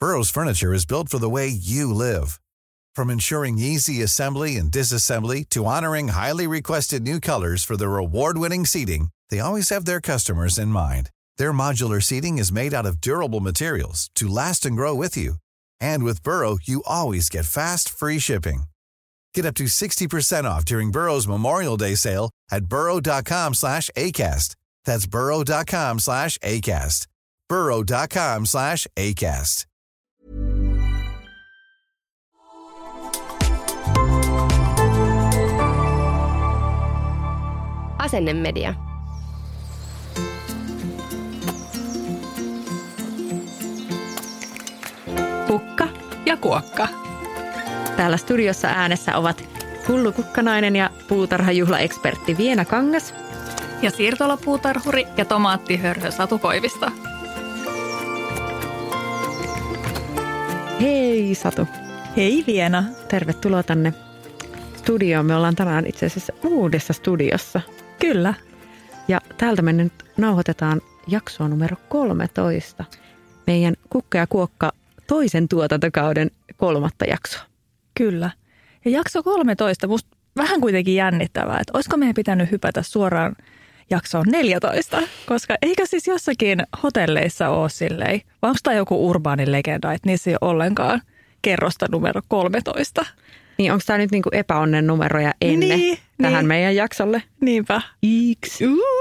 Burrow's furniture is built for the way you live. From ensuring easy assembly and disassembly to honoring highly requested new colors for their award-winning seating, they always have their customers in mind. Their modular seating is made out of durable materials to last and grow with you. And with Burrow, you always get fast, free shipping. Get up to 60% off during Burrow's Memorial Day sale at burrow.com/ACAST. That's burrow.com/ACAST. burrow.com/ACAST. Asennemedia. Kukka ja kuokka. Täällä studiossa äänessä ovat Hullu Kukkanainen ja puutarhajuhlaekspertti Viena Kangas. Ja siirtolapuutarhuri ja tomaattihörhö Satu Koivisto. Hei Satu. Hei Viena. Tervetuloa tänne studioon. Me ollaan tänään itse asiassa uudessa studiossa. Kyllä. Ja täältä me nyt nauhoitetaan jaksoa numero 13. Meidän Kukka ja kuokka toisen tuotantokauden 3. jaksoa. Kyllä. Ja jakso 13, musta vähän kuitenkin jännittävää, että olisiko meidän pitänyt hypätä suoraan jaksoon 14, koska eikö siis jossakin hotelleissa ole silleen, vai onko tämä joku urbaani legenda, että niissä ei ole ollenkaan kerrosta numero 13? Niin, onko tämä nyt niinku epäonnen numeroja ennen tähän meidän jaksolle? Niinpä. Iks.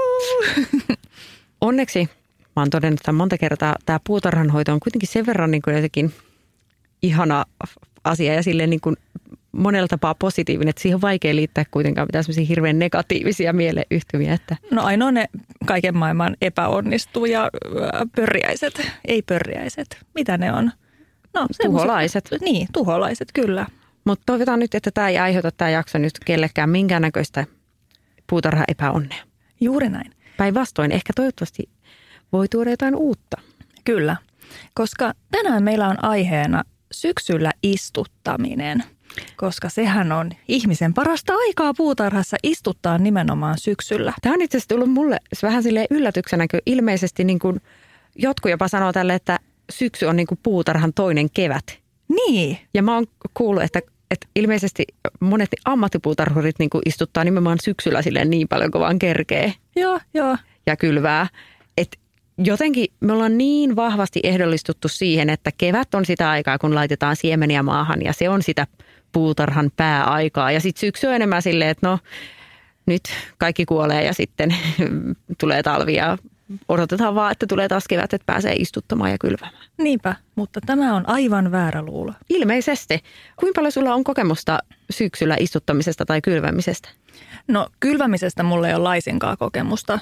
Onneksi mä oon todennut tämän monta kertaa, tämä puutarhanhoito on kuitenkin sen verran niin kuin jotenkin ihana asia ja silleen niin kuin monella tapaa positiivinen, että siihen on vaikea liittää kuitenkaan mitään sellaisia hirveän negatiivisia mieleyhtymiä. Että. No ainoa ne kaiken maailman epäonnistuu ja pörjäiset, ei pörjäiset. Mitä ne on? No, tuholaiset. Niin, tuholaiset, kyllä. Mutta toivotaan nyt, että tämä ei aiheuta tämä jakso nyt kellekään minkäännäköistä puutarha-epäonnea. Juuri näin. Päinvastoin, ehkä toivottavasti voi tuoda jotain uutta. Kyllä, koska tänään meillä on aiheena syksyllä istuttaminen, koska sehän on ihmisen parasta aikaa puutarhassa istuttaa nimenomaan syksyllä. Tämä on itse asiassa tullut mulle vähän silleen yllätyksenä, kun ilmeisesti niin kuin jotkut jopa sanoo tälle, että syksy on niin kuin puutarhan toinen kevät. Niin. Ja mä oon kuullut, että ilmeisesti monet ammattipuutarhurit niin kuin istuttaa nimenomaan syksyllä silleen niin paljon, kun vaan kerkee. Joo. Ja kylvää. Että jotenkin me ollaan niin vahvasti ehdollistuttu siihen, että kevät on sitä aikaa, kun laitetaan siemeniä maahan ja se on sitä puutarhan pääaikaa. Ja sitten syksy on enemmän silleen, että no nyt kaikki kuolee ja sitten tulee talvi ja odotetaan vaan, että tulee taas kevät, että pääsee istuttamaan ja kylvämään. Niinpä, mutta tämä on aivan väärä luulo. Ilmeisesti. Kuinka paljon sulla on kokemusta syksyllä istuttamisesta tai kylvämisestä? No kylvämisestä mulla ei ole laisinkaan kokemusta.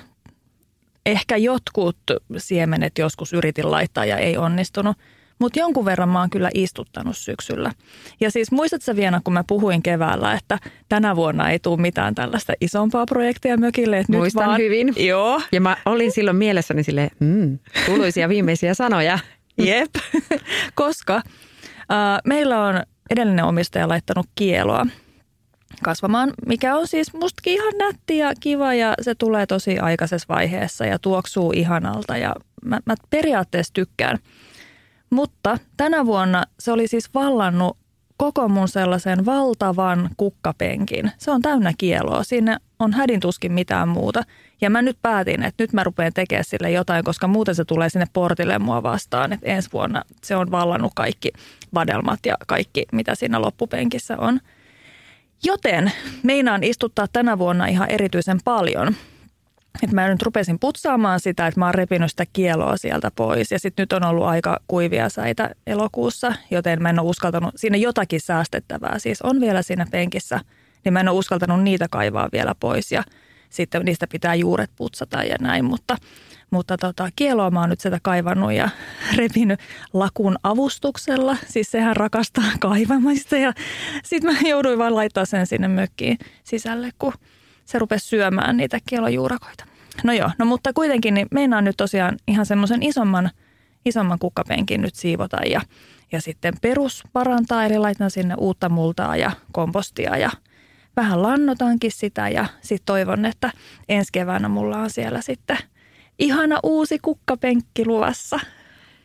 Ehkä jotkut siemenet joskus yritin laittaa ja ei onnistunut, mutta jonkun verran mä oon kyllä istuttanut syksyllä. Ja siis muistatko sä Viena, kun mä puhuin keväällä, että tänä vuonna ei tule mitään tällaista isompaa projektia mökille. Että muistan nyt vaan, hyvin. Joo. Ja mä olin silloin mielessäni silleen, kuuluisia viimeisiä sanoja. Jep, koska meillä on edellinen omistaja laittanut kieloa kasvamaan, mikä on siis mustakin ihan nätti ja kiva ja se tulee tosi aikaisessa vaiheessa ja tuoksuu ihanalta ja mä periaatteessa tykkään. Mutta tänä vuonna se oli siis vallannut koko mun sellaisen valtavan kukkapenkin. Se on täynnä kieloa. Siinä on hädintuskin mitään muuta. Ja mä nyt päätin, että nyt mä rupean tekemään sille jotain, koska muuten se tulee sinne portille mua vastaan. Että ensi vuonna se on vallannut kaikki vadelmat ja kaikki, mitä siinä loppupenkissä on. Joten meinaan istuttaa tänä vuonna ihan erityisen paljon. Että mä nyt rupesin putsaamaan sitä, että mä oon repinyt sitä kieloa sieltä pois. Ja sitten nyt on ollut aika kuivia säitä elokuussa, joten mä en ole uskaltanut, siinä jotakin säästettävää siis on vielä siinä penkissä, niin mä en ole uskaltanut niitä kaivaa vielä pois. Ja sitten niistä pitää juuret putsata ja näin, mutta kieloa mä oon nyt sitä kaivannut ja repinyt lakun avustuksella. Siis sehän rakastaa kaivamista ja sitten mä jouduin vaan laittaa sen sinne mökkiin sisälle, kun se rupesi syömään niitä kielojuurakoita. No joo, no mutta kuitenkin niin meinaan nyt tosiaan ihan semmoisen isomman kukkapenkin nyt siivota ja sitten perus parantaa, eli laitan sinne uutta multaa ja kompostia ja vähän lannotankin sitä ja sitten toivon, että ensi keväänä mulla on siellä sitten ihana uusi kukkapenkki luvassa.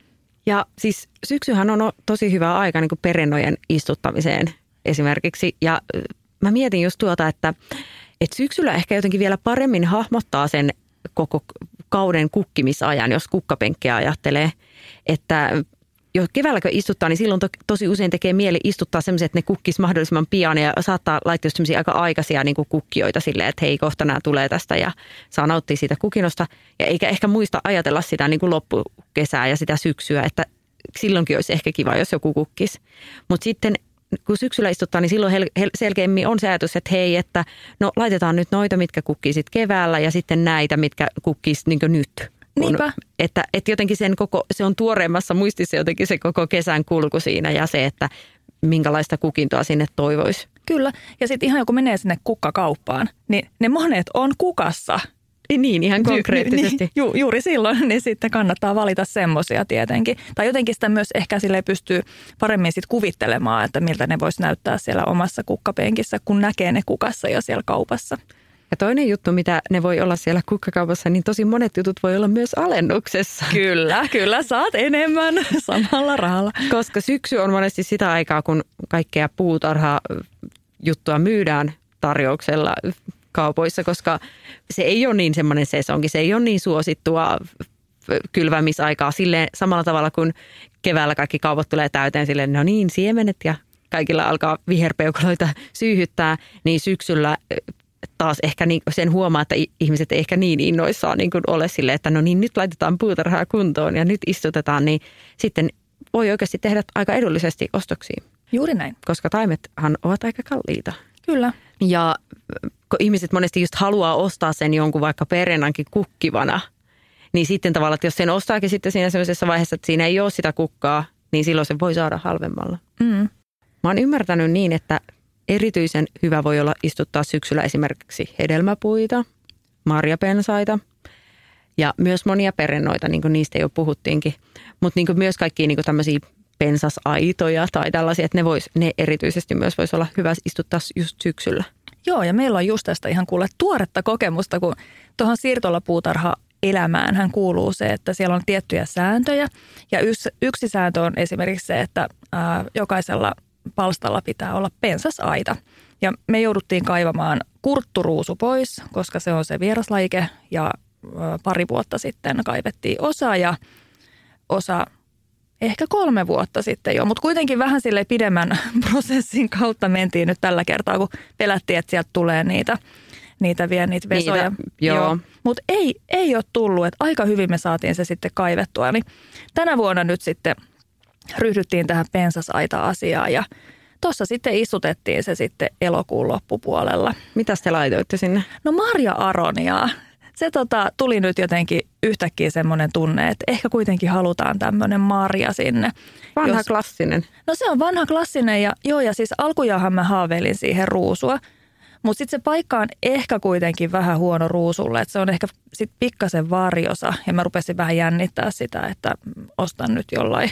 Ja siis syksyhän on tosi hyvä aika niin kuin perennojen istuttamiseen esimerkiksi. Ja mä mietin just tuota, että syksyllä ehkä jotenkin vielä paremmin hahmottaa sen koko kauden kukkimisajan, jos kukkapenkkiä ajattelee. Että jos keväälläkö istuttaa, niin silloin tosi usein tekee mieli istuttaa semmoisia, että ne kukkis mahdollisimman pian ja saattaa laittaa just semmoisia aika aikaisia niin kuin kukkioita silleen, että hei, kohta nämä tulee tästä ja saa nauttia siitä kukinosta. Ja eikä ehkä muista ajatella sitä niin kuin loppukesää ja sitä syksyä, että silloinkin olisi ehkä kiva, jos joku kukkis. Mutta sitten kun syksyllä istuttaa, niin silloin selkeämmin on se ajatus, että hei, että no laitetaan nyt noita, mitkä kukkii sitten keväällä ja sitten näitä, mitkä kukkis niin kuin nyt. Niinpä. Että jotenkin se on tuoreemmassa muistissa jotenkin se koko kesän kulku siinä ja se, että minkälaista kukintoa sinne toivoisi. Kyllä. Ja sitten ihan kun menee sinne kukkakauppaan, niin ne monet on kukassa. Niin, ihan konkreettisesti. Juuri silloin, niin sitten kannattaa valita semmoisia tietenkin. Tai jotenkin sitä myös ehkä sille pystyy paremmin sitten kuvittelemaan, että miltä ne voisi näyttää siellä omassa kukkapenkissä, kun näkee ne kukassa jo siellä kaupassa. Ja toinen juttu, mitä ne voi olla siellä kukkakaupassa, niin tosi monet jutut voi olla myös alennuksessa. Kyllä, saat enemmän samalla rahalla. Koska syksy on monesti sitä aikaa, kun kaikkea puutarha-juttua myydään tarjouksella kaupoissa, koska se ei ole niin semmoinen sesonki, se ei ole niin suosittua kylvämisaikaa silleen samalla tavalla kuin keväällä kaikki kaupat tulee täyteen silleen, no niin, siemenet ja kaikilla alkaa viherpeukaloita syyhyttää, niin syksyllä taas ehkä sen huomaa, että ihmiset ei ehkä niin innoissaan niin kuin ole silleen, että no niin, nyt laitetaan puutarhaa kuntoon ja nyt istutetaan, niin sitten voi oikeasti tehdä aika edullisesti ostoksia. Juuri näin. Koska taimethan ovat aika kalliita. Kyllä. Ja kun ihmiset monesti just haluaa ostaa sen jonkun vaikka perennankin kukkivana, niin sitten tavallaan, että jos sen ostaakin sitten siinä sellaisessa vaiheessa, että siinä ei ole sitä kukkaa, niin silloin se voi saada halvemmalla. Mm. Mä oon ymmärtänyt niin, että erityisen hyvä voi olla istuttaa syksyllä esimerkiksi hedelmäpuita, marjapensaita ja myös monia perennoita, niin kuin niistä jo puhuttiinkin. Mutta niin kuin myös kaikkia niin kuin tämmöisiä pensasaitoja tai tällaisia, että ne erityisesti myös voisi olla hyvä istuttaa just syksyllä. Joo, ja meillä on just tästä ihan kuule tuoretta kokemusta, kun tuohon siirtolapuutarha-elämään hän kuuluu se, että siellä on tiettyjä sääntöjä. Ja yksi sääntö on esimerkiksi se, että jokaisella palstalla pitää olla pensasaita. Ja me jouduttiin kaivamaan kurtturuusu pois, koska se on se vieraslajike. Ja pari vuotta sitten kaivettiin osa ja osa ehkä 3 vuotta sitten jo. Mutta kuitenkin vähän sille pidemmän prosessin kautta mentiin nyt tällä kertaa, kun pelättiin, että sieltä tulee niitä vesoja. Joo. Mutta ei ole tullut, että aika hyvin me saatiin se sitten kaivettua. Niin tänä vuonna nyt sitten ryhdyttiin tähän pensasaita-asiaan ja tuossa sitten istutettiin se sitten elokuun loppupuolella. Mitäs te laitoitte sinne? No marja-aroniaa. Se tuli nyt jotenkin yhtäkkiä semmoinen tunne, että ehkä kuitenkin halutaan tämmöinen marja sinne. Vanha klassinen. No se on vanha klassinen ja siis alkujaanhan mä haaveilin siihen ruusua. Mutta sitten se paikka on ehkä kuitenkin vähän huono ruusulle, että se on ehkä sitten pikkasen varjosa. Ja mä rupesin vähän jännittää sitä, että ostan nyt jollain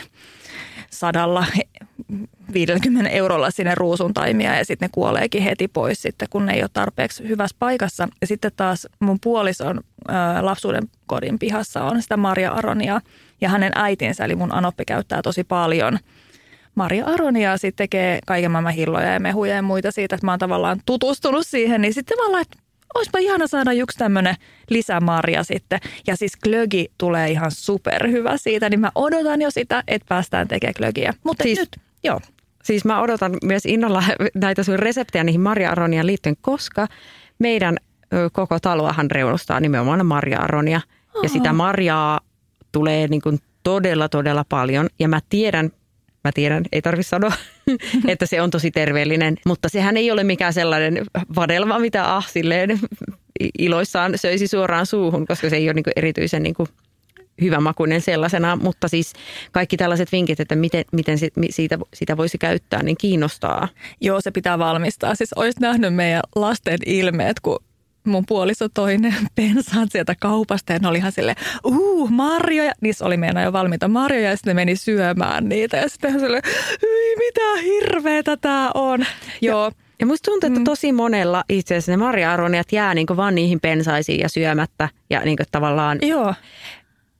150 eurolla sinne ruusun taimia ja sitten ne kuoleekin heti pois sitten, kun ne ei ole tarpeeksi hyvässä paikassa. Ja sitten taas mun puolison lapsuuden kodin pihassa on sitä marja-aroniaa ja hänen äitinsä, eli mun anoppi käyttää tosi paljon marja-aroniaa, sitten tekee kaiken maailman hilloja ja mehuja ja muita siitä, että mä oon tavallaan tutustunut siihen, niin sitten tavallaan, että olisipa ihana saada yksi tämmöinen lisämarja sitten. Ja siis glögi tulee ihan superhyvä siitä, niin mä odotan jo sitä, että päästään tekemään glögiä. Mutta siis, nyt, joo. Siis mä odotan myös innolla näitä sun reseptejä niihin marja-aroniaan liittyen, koska meidän koko taloahan reunustaa nimenomaan marja-aronia. Ja sitä marjaa tulee niin kuin todella paljon. Ja mä tiedän, ei tarvitse sanoa, että se on tosi terveellinen, mutta sehän ei ole mikään sellainen vadelma, mitä silleen iloissaan söisi suoraan suuhun, koska se ei ole niin kuin erityisen niin kuin hyvämakuinen sellaisena, mutta siis kaikki tällaiset vinkit, että miten siitä voisi käyttää, niin kiinnostaa. Joo, se pitää valmistaa. Siis olisi nähnyt meidän lasten ilmeet, kun mun puoliso toinen pensaat sieltä kaupasta ja ne oli ihan silleen, marjoja. Niissä oli meidän jo valmiita marjoja ja sitten ne meni syömään niitä. Ja sitten silleen, mitä hirveetä tää on. Joo. Ja musta tuntuu, että tosi monella itse asiassa ne marja-aroniat jää niinku vaan niihin pensaisiin ja syömättä. Ja niinku tavallaan. Joo.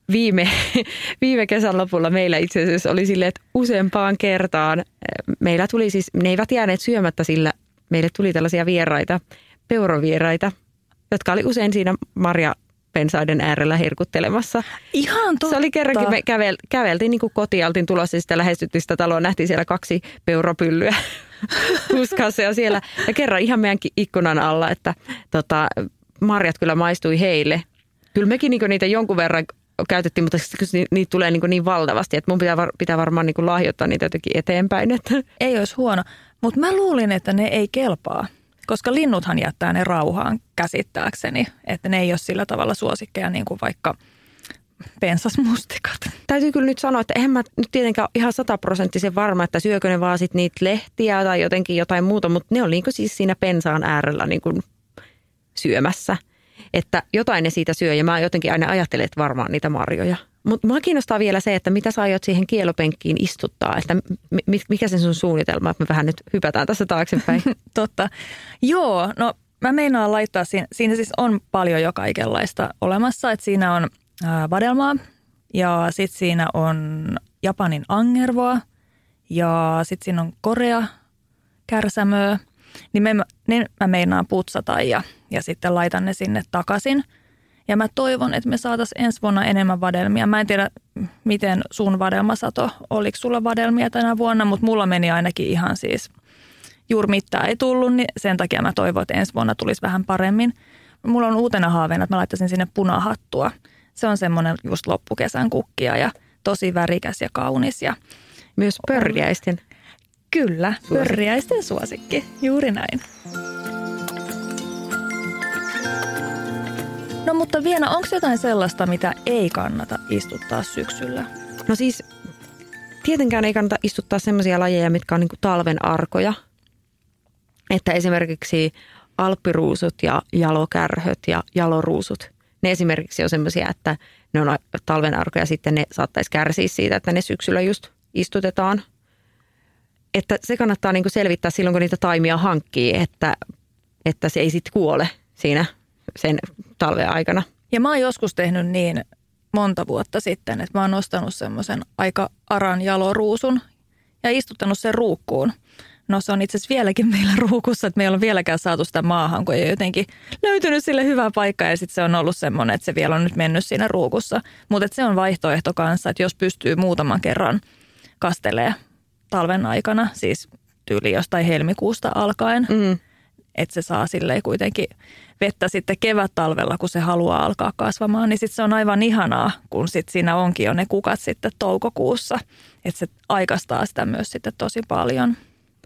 viime kesän lopulla meillä itse asiassa oli silleen, että useampaan kertaan meillä tuli siis, ne eivät jääneet syömättä, sillä meille tuli tällaisia vieraita, peurovieraita, jotka oli usein siinä marjapensaiden äärellä herkuttelemassa. Ihan totta. Se oli kerrankin, me käveltiin niin kuin kotiin, oltiin tulossa, sitten lähestyttiin sitä taloa, nähtiin siellä 2 peuropyllyä puskassa ja siellä. Ja kerran ihan meidän ikkunan alla, että marjat kyllä maistui heille. Kyllä mekin niin niitä jonkun verran käytettiin, mutta niitä tulee niin valtavasti, että mun pitää varmaan niin lahjoittaa niitä jotenkin eteenpäin. Että. Ei olisi huono, mutta mä luulin, että ne ei kelpaa, koska linnuthan jättää ne rauhaan käsittääkseni, että ne ei ole sillä tavalla suosikkeja niin kuin vaikka pensasmustikat. Täytyy kyllä nyt sanoa, että eihän mä nyt tietenkään ihan 100% varma, että syökö ne vaan sit niitä lehtiä tai jotenkin jotain muuta, mutta ne on niin kuin siis siinä pensaan äärellä niin kuin syömässä. Että jotain ne siitä syö ja mä jotenkin aina ajattelen, että varmaan niitä marjoja. Mutta mua kiinnostaa vielä se, että mitä sä aiot siihen kielopenkkiin istuttaa, että mikä sen sun suunnitelma, että me vähän nyt hypätään tässä taaksepäin. Totta. Joo, no mä meinaan laittaa, siinä siis on paljon jo kaikenlaista olemassa, että siinä on vadelmaa ja sitten siinä on Japanin angervoa ja sitten siinä on korea kärsämöä. Niin mä meinaan putsata ja sitten laitan ne sinne takaisin. Ja mä toivon, että me saataisiin ensi vuonna enemmän vadelmia. Mä en tiedä, miten sun vadelmasato, oliko sulla vadelmia tänä vuonna, mutta mulla meni ainakin ihan siis juuri mitään ei tullut, niin sen takia mä toivon, että ensi vuonna tulisi vähän paremmin. Mulla on uutena haaveena, että mä laittaisin sinne punahattua. Se on semmoinen just loppukesän kukkia ja tosi värikäs ja kaunis. Ja myös pörjäisten. Kyllä, pörjäisten suosikki, juuri näin. No mutta vielä, onko jotain sellaista, mitä ei kannata istuttaa syksyllä? No siis tietenkään ei kannata istuttaa sellaisia lajeja, mitkä on niin kuin talven arkoja. Että esimerkiksi alppiruusut ja jalokärhöt ja jaloruusut, ne esimerkiksi on sellaisia, että ne on talven arkoja, sitten ne saattaisi kärsiä siitä, että ne syksyllä just istutetaan. Että se kannattaa niin kuin selvittää silloin, kun niitä taimia hankkii, että se ei sitten kuole siinä sen talven aikana. Ja mä oon joskus tehnyt niin monta vuotta sitten, että mä oon nostanut semmoisen aika aran jaloruusun ja istuttanut sen ruukkuun. No se on itse asiassa vieläkin meillä ruukussa, että meillä on vieläkään saatu sitä maahan, kun ei ole jotenkin löytynyt sille hyvä paikka ja sitten se on ollut semmoinen, että se vielä on nyt mennyt siinä ruukussa. Mutta se on vaihtoehto kanssa, että jos pystyy muutaman kerran kastelee talven aikana, siis tyyli jostain helmikuusta alkaen, että se saa silleen kuitenkin vettä sitten kevättalvella, kun se haluaa alkaa kasvamaan, niin sitten se on aivan ihanaa, kun sitten siinä onkin jo ne kukat sitten toukokuussa, että se aikaistaa sitä myös sitten tosi paljon.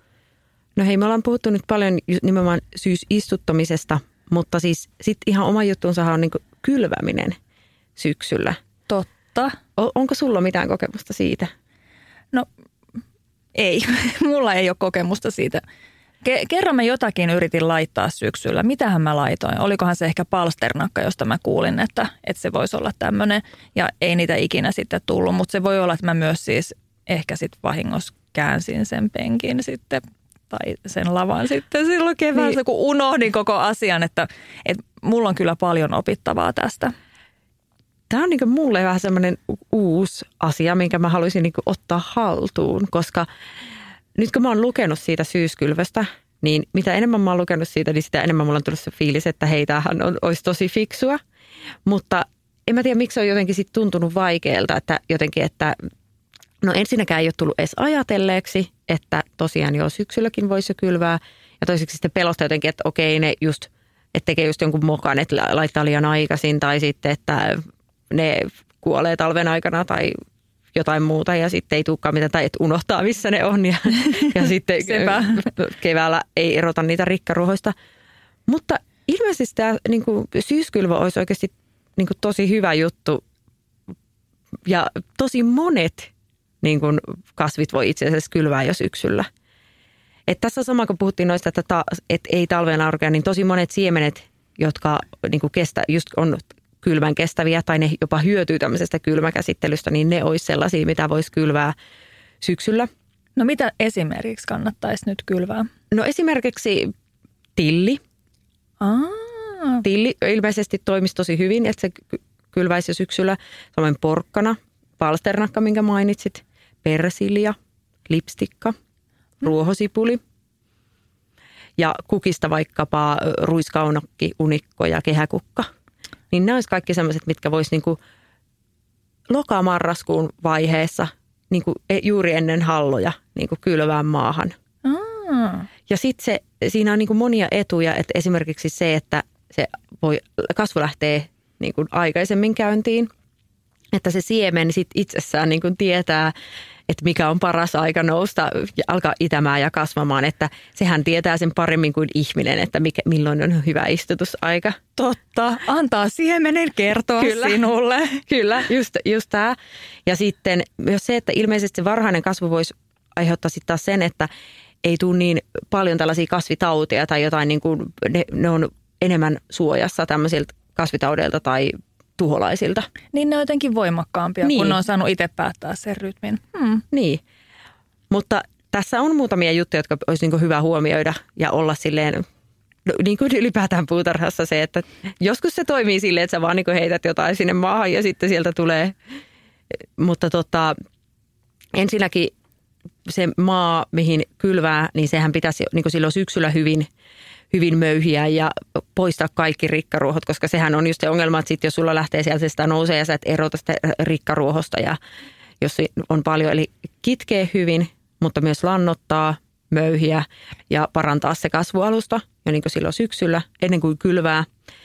No hei, me ollaan puhuttu nyt paljon nimenomaan syysistuttamisesta, mutta siis sitten ihan oma juttuunsa on niin kuin kylväminen syksyllä. Totta. Onko sulla mitään kokemusta siitä? No ei, mulla ei ole kokemusta siitä. Kerran mä jotakin yritin laittaa syksyllä. Mitähän mä laitoin? Olikohan se ehkä palsternakka, josta mä kuulin, että se voisi olla tämmöinen. Ja ei niitä ikinä sitten tullut, mutta se voi olla, että mä myös siis ehkä sitten vahingossa käänsin sen penkin sitten tai sen lavan sitten silloin keväällä, niin, kun unohdin koko asian, että mulla on kyllä paljon opittavaa tästä. Tämä on niin kuin mulle vähän semmoinen uusi asia, minkä mä haluaisin niin kuin ottaa haltuun, koska nyt kun mä oon lukenut siitä syyskylvöstä, niin mitä enemmän mä oon lukenut siitä, niin sitä enemmän mulla on tullut se fiilis, että hei, tämähän olisi tosi fiksua. Mutta en mä tiedä, miksi se on jotenkin sit tuntunut vaikealta, että jotenkin, että no ensinnäkään ei ole tullut edes ajatelleeksi, että tosiaan jo syksylläkin voisi jo kylvää. Ja toiseksi sitten pelosta jotenkin, että okei, ne just, että tekee just jonkun mokan, että laittaa liian aikaisin tai sitten, että ne kuolee talven aikana tai jotain muuta ja sitten ei tulekaan mitään tai että unohtaa missä ne on ja sitten keväällä ei erota niitä rikkaruohoista. Mutta ilmeisesti tämä niin kuin syyskylvö olisi oikeasti niin kuin tosi hyvä juttu ja tosi monet niin kuin kasvit voi itse asiassa kylvää jo syksyllä. Et tässä on sama, kun puhuttiin noista, että ei talven arkoja, niin tosi monet siemenet, jotka niin kuin just on kylmän kestäviä tai ne jopa hyötyy tämmöisestä kylmäkäsittelystä, niin ne olisi sellaisia, mitä voisi kylvää syksyllä. No mitä esimerkiksi kannattaisi nyt kylvää? No esimerkiksi tilli. Tilli ilmeisesti toimisi tosi hyvin, että se kylväisi syksyllä. Samoin porkkana, palsternakka, minkä mainitsit, persilja, lipstikka, ruohosipuli ja kukista vaikkapa ruiskaunokki, unikko ja kehäkukka. Niin nämä olisi kaikki sellaiset, mitkä voisi niinku loka-marraskuun vaiheessa niinku juuri ennen halloja niinku kylvää maahan. Ja sitten siinä on niinku monia etuja, että esimerkiksi se, että kasvu lähtee niinku aikaisemmin käyntiin, että se siemen sit itsessään niinku tietää, että mikä on paras aika nousta ja alkaa itämään ja kasvamaan, että sehän tietää sen paremmin kuin ihminen, että milloin on hyvä istutusaika. Totta, antaa siemenen kertoa sinulle. Kyllä, just tämä. Ja sitten myös se, että ilmeisesti se varhainen kasvu voisi aiheuttaa sitten taas sen, että ei tule niin paljon tällaisia kasvitauteja tai jotain, niin kuin ne on enemmän suojassa tämmöisiltä kasvitaudeilta tai tuholaisilta. Niin ne on jotenkin voimakkaampia, kun ne on saanut itse päättää sen rytmin. Niin, mutta tässä on muutamia juttuja, jotka olisi niin kuin hyvä huomioida ja olla silleen, niin kuin ylipäätään puutarhassa se, että joskus se toimii silleen, että sä vaan niin kuin heität jotain sinne maahan ja sitten sieltä tulee. Mutta ensinnäkin se maa, mihin kylvää, niin sehän pitäisi niin kuin silloin syksyllä hyvin möyhiä ja poistaa kaikki rikkaruohot, koska sehän on just se ongelma, että sitten jos sulla lähtee sieltä sitä nousee ja sä et erota sitä rikkaruohosta ja jos on paljon, eli kitkee hyvin, mutta myös lannottaa, möyhiä ja parantaa se kasvualusta jo niin kuin silloin syksyllä ennen kuin kylvää.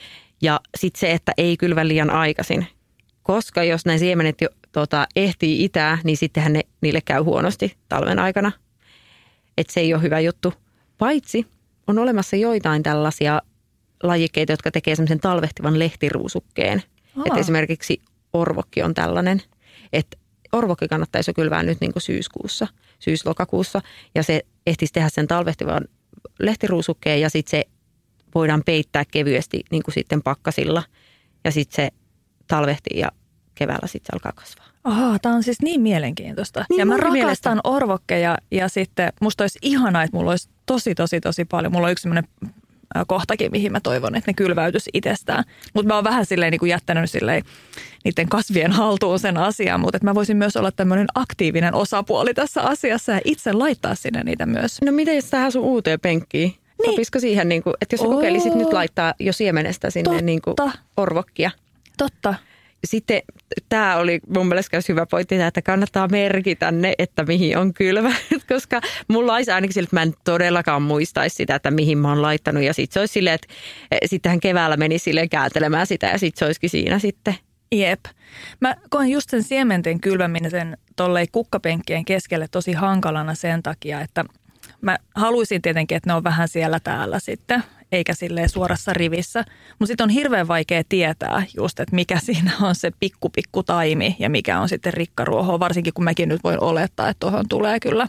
Ja sitten se, että ei kylvä liian aikaisin, koska jos nämä siemenet jo ehtii itää, niin sittenhän niille käy huonosti talven aikana. Että se ei ole hyvä juttu, paitsi on olemassa joitain tällaisia lajikkeita, jotka tekee semmoisen talvehtivan lehtiruusukkeen. Että esimerkiksi orvokki on tällainen, että orvokki kannattaisi jo kylvää nyt niin kuin syys-lokakuussa. Ja se ehtisi tehdä sen talvehtivan lehtiruusukkeen ja sitten se voidaan peittää kevyesti niin kuin sitten pakkasilla. Ja sitten se talvehtii ja keväällä sitten se alkaa kasvaa. Tämä on siis niin mielenkiintoista. Niin, ja mä rakastan orvokkeja ja sitten musta olisi ihanaa, että mulla olisi tosi paljon. Mulla on yksi sellainen kohtakin, mihin mä toivon, että ne kylväytyisi itsestään. Mutta mä oon vähän silleen niin kuin jättänyt silleen niiden kasvien haltuun sen asian, mutta että mä voisin myös olla tämmöinen aktiivinen osapuoli tässä asiassa ja itse laittaa sinne niitä myös. No miten jos tähän sun uuteen penkkiin? Niin. Sopisiko siihen, niin kuin, että jos sä kokeilisit nyt laittaa jo siemenestä sinne niin kuin orvokkia? Totta. Sitten tämä oli mun mielestä hyvä pointti, että kannattaa merkitä ne, että mihin on kylvä, koska mulla olisi ainakin sille, että mä en todellakaan muistaisi sitä, että mihin mä oon laittanut. Ja sitten se olisi silleen, että sittenhän keväällä menisi silleen kääntelemään sitä ja sitten se olisikin siinä sitten. Jep. Mä koen just sen siementen kylväminen tollei kukkapenkkien keskelle tosi hankalana sen takia, että mä haluaisin tietenkin, että ne on vähän siellä täällä sitten, eikä silleen suorassa rivissä. Mutta sitten on hirveän vaikea tietää just, että mikä siinä on se pikku taimi ja mikä on sitten rikkaruoho. Varsinkin kun mäkin nyt voin olettaa, että tuohon tulee kyllä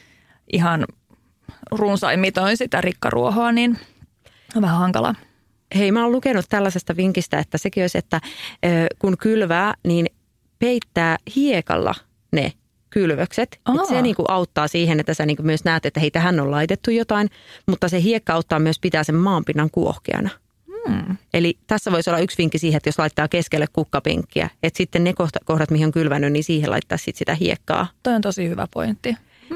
ihan runsain mitoin sitä rikkaruohoa, niin on vähän hankalaa. Hei, mä oon lukenut tällaisesta vinkistä, että sekin olisi, että kun kylvää, niin peittää hiekalla ne kylvökset. Se niinku auttaa siihen, että sä niinku myös näet, että hei, tähän on laitettu jotain, mutta se hiekka auttaa myös pitää sen maanpinnan kuohkeana. Eli tässä voisi olla yksi vinkki siihen, että jos laittaa keskelle kukkapenkkiä, että sitten ne kohdat, mihin on kylvänyt, niin siihen laittaa sitten sitä hiekkaa. Toi on tosi hyvä pointti.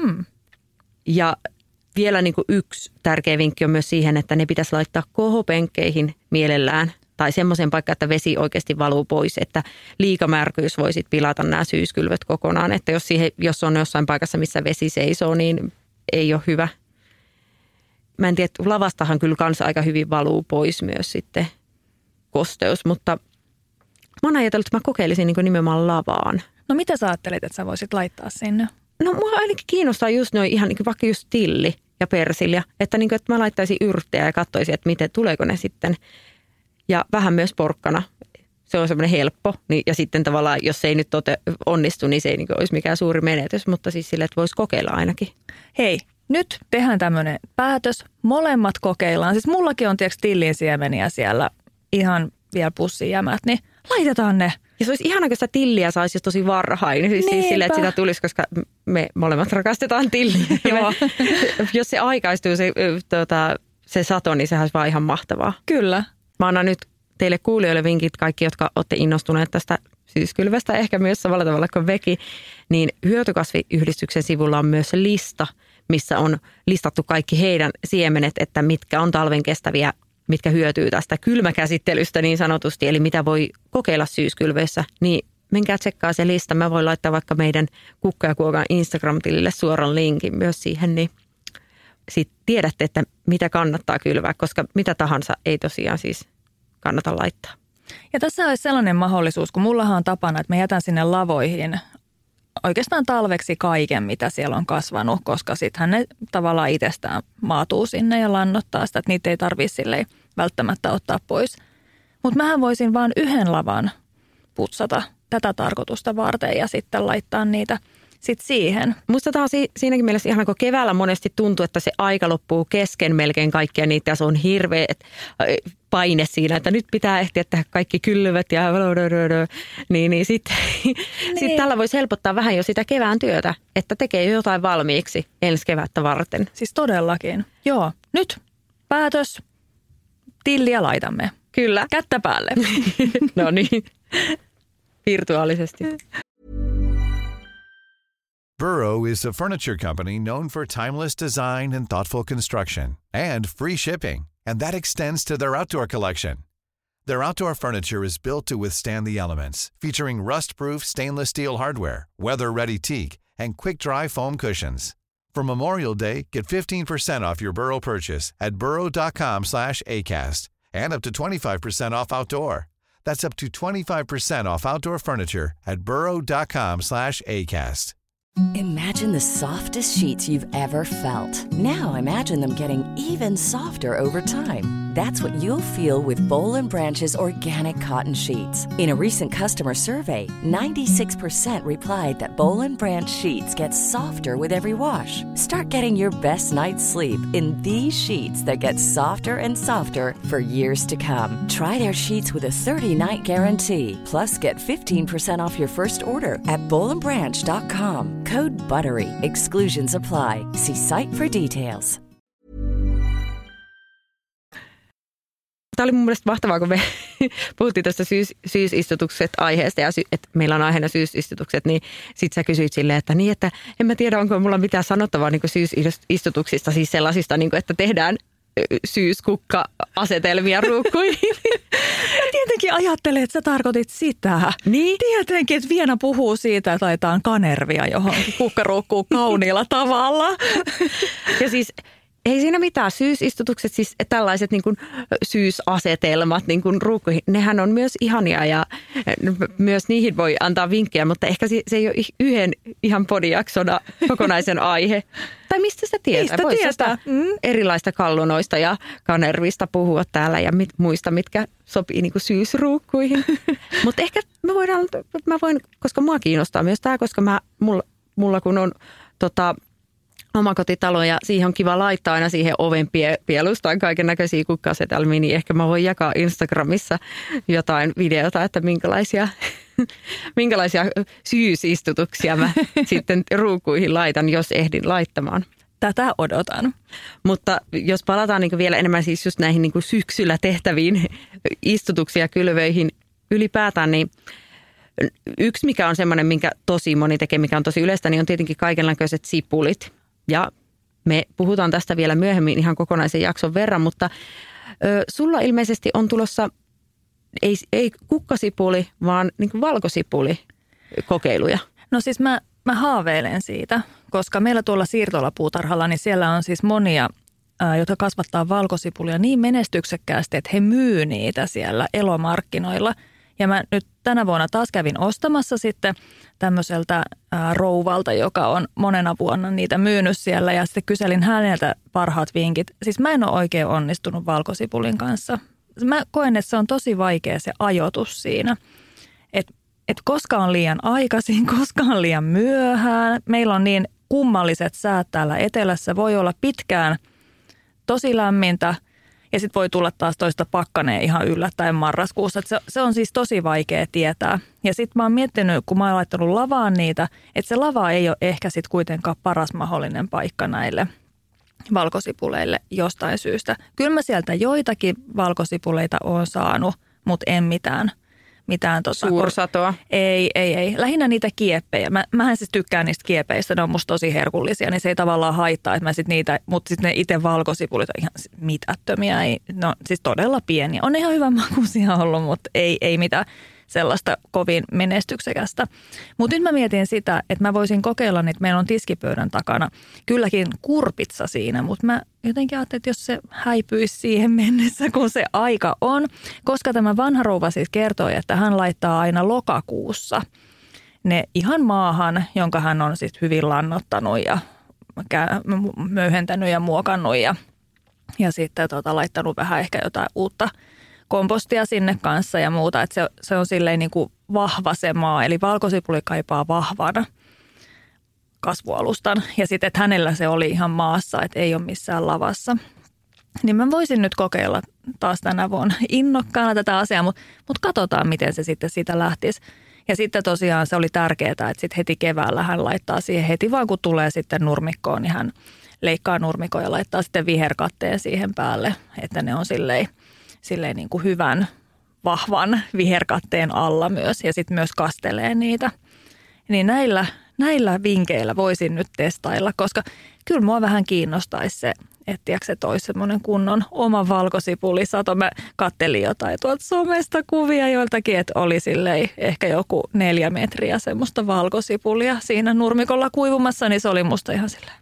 Ja vielä niinku yksi tärkeä vinkki on myös siihen, että ne pitäisi laittaa kohopenkkeihin mielellään tai semmoisen paikkaan, että vesi oikeasti valuu pois, että liikamärkyys voi sitten pilata nämä syyskylvöt kokonaan. Että jos on jossain paikassa, missä vesi seisoo, niin ei ole hyvä. Mä en tiedä, lavastahan kyllä kanssa aika hyvin valuu pois myös sitten kosteus, mutta mä oon ajatellut, että mä kokeilisin niin kuin nimenomaan lavaan. No mitä sä ajattelit, että sä voisit laittaa sinne? No mua ainakin kiinnostaa just noin ihan niin kuin vaikka just tilli ja persilja, että, niin kuin, että mä laittaisin yrttejä ja katsoisin, että miten, tuleeko ne sitten. Ja vähän myös porkkana. Se on semmoinen helppo. Ja sitten tavallaan, jos se ei nyt onnistu, niin se ei niin kuin olisi mikään suuri menetys. Mutta siis sille, että voisi kokeilla ainakin. Hei, nyt tehdään tämmöinen päätös. Molemmat kokeillaan. Siis mullakin on tiedätkö tillin siemeniä siellä ihan vielä pussijämät, niin laitetaan ne. Ja se olisi ihana, kun sitä tilliä saisi tosi varhain. Siis silleen, että sitä tulisi, koska me molemmat rakastetaan tilliä. Jos se aikaistuu se sato, niin sehän olisi vaan ihan mahtavaa. Kyllä. Mä annan nyt teille kuulijoille vinkit, kaikki, jotka olette innostuneet tästä syyskylvästä, ehkä myös samalla tavalla kuin Veki, niin Hyötykasviyhdistyksen sivulla on myös lista, missä on listattu kaikki heidän siemenet, että mitkä on talven kestäviä, mitkä hyötyy tästä kylmäkäsittelystä niin sanotusti, eli mitä voi kokeilla syyskylvöissä, niin menkää tsekkaa se lista. Mä voin laittaa vaikka meidän Kukka ja Kuokan Instagram-tilille suoran linkin myös siihen, niin sitten tiedätte, että mitä kannattaa kylvää, koska mitä tahansa ei tosiaan siis kannata laittaa. Ja tässä olisi sellainen mahdollisuus, kun mullahan on tapana, että mä jätän sinne lavoihin oikeastaan talveksi kaiken, mitä siellä on kasvanut, koska sittenhän ne tavallaan itsestään maatuu sinne ja lannottaa sitä, että niitä ei tarvitse silleen välttämättä ottaa pois. Mutta mähän voisin vaan yhden lavan putsata tätä tarkoitusta varten ja sitten laittaa niitä sitten siihen. Musta tämä on siinäkin mielessä ihan kun keväällä monesti tuntuu, että se aika loppuu kesken melkein kaikkia niitä ja se on hirveä paine siinä, että nyt pitää ehtiä tehdä kaikki kylvät ja niin sitten sit tällä voisi helpottaa vähän jo sitä kevään työtä, että tekee jotain valmiiksi ensi kevättä varten. Siis todellakin. Joo, nyt päätös, tilliä laitamme. Kyllä. Kättä päälle. No niin, virtuaalisesti. Burrow is a furniture company known for timeless design and thoughtful construction and free shipping, and that extends to their outdoor collection. Their outdoor furniture is built to withstand the elements, featuring rust-proof stainless steel hardware, weather-ready teak, and quick-dry foam cushions. For Memorial Day, get 15% off your Burrow purchase at burrow.com/acast, and up to 25% off outdoor. That's up to 25% off outdoor furniture at burrow.com/acast. Imagine the softest sheets you've ever felt. Now imagine them getting even softer over time. That's what you'll feel with Boll & Branch's organic cotton sheets. In a recent customer survey, 96% replied that Boll & Branch sheets get softer with every wash. Start getting your best night's sleep in these sheets that get softer and softer for years to come. Try their sheets with a 30-night guarantee. Plus, get 15% off your first order at bollandbranch.com. Code BUTTERY. Exclusions apply. See site for details. Tämä oli mun mielestä mahtavaa, kun me puhuttiin tästä syysistutukset aiheesta ja että meillä on aiheena syysistutukset, niin sit sä kysyit silleen, että niin, että en mä tiedä, onko mulla mitään sanottavaa niin syysistutuksista, siis sellaisista, niin kuin, että tehdään syyskukka-asetelmia ruukkuihin. Mä tietenkin ajattelin, että sä tarkoitit sitä. Niin? Tietenkin, että Viena puhuu siitä, että laitetaan kanervia johonkin kukkaruukkuun kauniilla tavalla. Ja siis ei siinä mitään. Syysistutukset, siis tällaiset niin kuin syysasetelmat niin kuin ruukkuihin, nehän on myös ihania ja myös niihin voi antaa vinkkejä, mutta ehkä se ei ole yhden ihan podijaksona kokonaisen aihe. Tai mistä sä tietää? Mistä tietää? Erilaista kallunoista ja kanervista puhua täällä ja muista, mitkä sopii niin kuin syysruukkuihin. Mutta ehkä mä voin, koska mua kiinnostaa myös tämä, koska mulla kun on omakotitalo ja siihen on kiva laittaa aina siihen oven pielustaan kaiken näköisiä kukka-asetelmia, niin ehkä mä voin jakaa Instagramissa jotain videota, että minkälaisia syysistutuksia mä sitten ruukuihin laitan, jos ehdin laittamaan. Tätä odotan. Mutta jos palataan niin vielä enemmän siis just näihin niin kuin syksyllä tehtäviin istutuksia kylvöihin ylipäätään, niin yksi mikä on semmoinen, minkä tosi moni tekee, mikä on tosi yleistä, niin on tietenkin kaikenlaiset sipulit. Ja me puhutaan tästä vielä myöhemmin ihan kokonaisen jakson verran, mutta sulla ilmeisesti on tulossa, ei kukkasipuli, vaan niin kuin valkosipuli kokeiluja. No siis mä haaveilen siitä, koska meillä tuolla siirtolapuutarhalla, niin siellä on siis monia, jotka kasvattaa valkosipulia niin menestyksekkäästi, että he myy niitä siellä elomarkkinoilla. Ja mä nyt tänä vuonna taas kävin ostamassa sitten tämmöiseltä rouvalta, joka on monena vuonna niitä myynyt siellä. Ja sitten kyselin häneltä parhaat vinkit. Siis mä en ole oikein onnistunut valkosipulin kanssa. Mä koen, että se on tosi vaikea se ajoitus siinä. Että koska on liian aikaisin, koska on liian myöhään. Meillä on niin kummalliset säät täällä etelässä. Voi olla pitkään tosi lämmintä. Ja sitten voi tulla taas toista pakkaneen ihan yllättäen marraskuussa. Se on siis tosi vaikea tietää. Ja sitten mä oon miettinyt, kun mä oon laittanut lavaan niitä, että se lava ei ole ehkä sitten kuitenkaan paras mahdollinen paikka näille valkosipuleille jostain syystä. Kyllä mä sieltä joitakin valkosipuleita oon saanut, mutta en mitään suursatoa. Ei. Lähinnä niitä kieppejä. Mähän siis tykkään niistä kiepeistä, ne on musta tosi herkullisia, niin se ei tavallaan haittaa, että mä sit niitä, mutta sitten ne itse valkosipulit on ihan mitättömiä, no siis todella pieniä. On ihan hyvän makuisia ollut, mutta ei mitään sellaista kovin menestyksekästä. Mutta nyt mä mietin sitä, että mä voisin kokeilla niitä, meillä on tiskipöydän takana kylläkin kurpitsa siinä, mutta mä jotenkin ajattelin, että jos se häipyisi siihen mennessä, kun se aika on, koska tämä vanha rouva siis kertoi, että hän laittaa aina lokakuussa ne ihan maahan, jonka hän on sitten hyvin lannottanut ja möyhentänyt ja muokannut ja sitten laittanut vähän ehkä jotain uutta kompostia sinne kanssa ja muuta, että se on silleen niin kuin vahva se maa, eli valkosipuli kaipaa vahvan kasvualustan ja sitten, että hänellä se oli ihan maassa, että ei ole missään lavassa. Niin mä voisin nyt kokeilla taas tänä vuonna innokkaana tätä asiaa, mutta katsotaan, miten se sitten siitä lähtisi. Ja sitten tosiaan se oli tärkeää, että sitten heti keväällä hän laittaa siihen heti vaan kun tulee sitten nurmikkoon, niin hän leikkaa nurmikon ja laittaa sitten viherkatteen siihen päälle, että ne on silleen niin kuin hyvän, vahvan viherkatteen alla myös ja sitten myös kastelee niitä. Niin näillä vinkkeillä voisin nyt testailla, koska kyllä mua vähän kiinnostaisi se, että tiedätkö, se toisi semmoinen kunnon oma valkosipulisato. Mä kattelin jotain tuolta somesta kuvia joiltakin, että oli silleen ehkä joku 4 metriä semmoista valkosipulia siinä nurmikolla kuivumassa, niin se oli musta ihan silleen.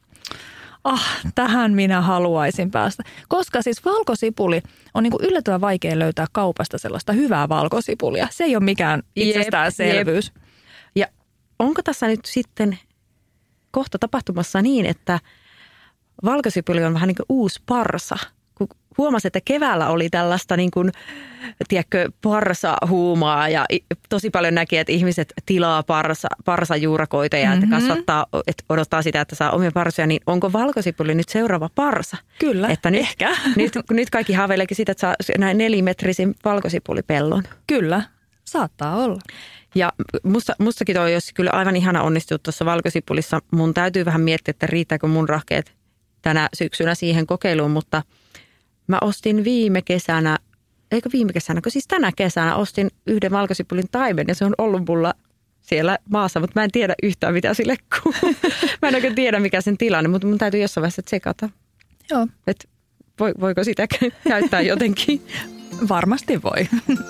Tähän minä haluaisin päästä. Koska siis valkosipuli on niin kuin yllättävän vaikea löytää kaupasta sellaista hyvää valkosipulia. Se ei ole mikään itsestäänselvyys. Ja onko tässä nyt sitten kohta tapahtumassa niin, että valkosipuli on vähän niin kuin uusi parsa? Kun huomasin, että keväällä oli tällaista niin kuin, tiedätkö, parsahuumaa ja tosi paljon näki, että ihmiset tilaa parsajuurakoita ja että kasvattaa, että odottaa sitä, että saa omia parsoja, niin onko valkosipuli nyt seuraava parsa? Kyllä, että nyt, ehkä. Nyt kaikki haaveileekin sitä, että saa näin 4-metrisin valkosipulipellon. Kyllä, saattaa olla. Ja mustakin toi olisi kyllä aivan ihana onnistua tuossa valkosipulissa. Mun täytyy vähän miettiä, että riittääkö mun rahkeet tänä syksynä siihen kokeiluun, mutta mä ostin kun siis tänä kesänä ostin yhden valkosipulin taimen ja se on ollut mulla siellä maassa, mutta mä en tiedä yhtään mitä sille kuuluu. Mä en oikein tiedä mikä sen tilanne, mutta mun täytyy jossain vaiheessa tsekata. Joo. Et voiko sitä käyttää jotenkin? Varmasti voi.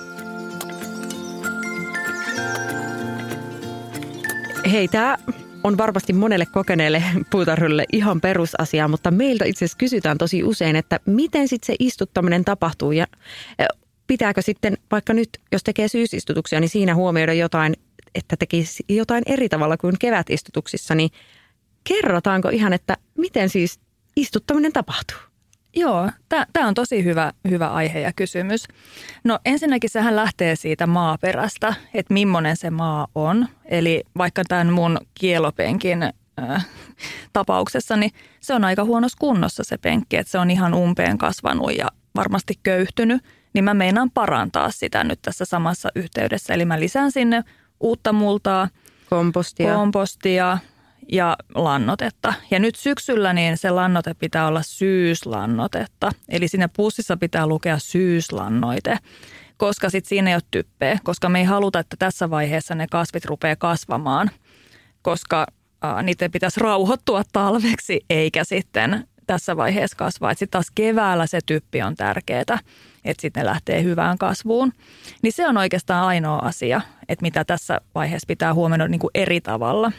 Hei, tää on varmasti monelle kokeneelle puutarhulle ihan perusasia, mutta meiltä itse asiassa kysytään tosi usein, että miten sitten se istuttaminen tapahtuu ja pitääkö sitten vaikka nyt, jos tekee syysistutuksia, niin siinä huomioida jotain, että tekisi jotain eri tavalla kuin kevätistutuksissa, niin kerrotaanko ihan, että miten siis istuttaminen tapahtuu? Joo, tämä on tosi hyvä aihe ja kysymys. No ensinnäkin sehän lähtee siitä maaperästä, että millainen se maa on. Eli vaikka tämän mun kielopenkin tapauksessa, niin se on aika huonossa kunnossa se penkki, että se on ihan umpeen kasvanut ja varmasti köyhtynyt. Niin mä meinaan parantaa sitä nyt tässä samassa yhteydessä. Eli mä lisään sinne uutta multaa, kompostia ja lannotetta. Ja nyt syksyllä niin se lannote pitää olla syyslannotetta. Eli siinä pussissa pitää lukea syyslannoite, koska sitten siinä ei ole typpeä. Koska me ei haluta, että tässä vaiheessa ne kasvit rupeaa kasvamaan, koska niiden pitäisi rauhoittua talveksi eikä sitten tässä vaiheessa kasvaa. Sitten taas keväällä se typpi on tärkeää, että sitten ne lähtee hyvään kasvuun. Niin se on oikeastaan ainoa asia, että mitä tässä vaiheessa pitää huomioida niin kuin eri tavalla.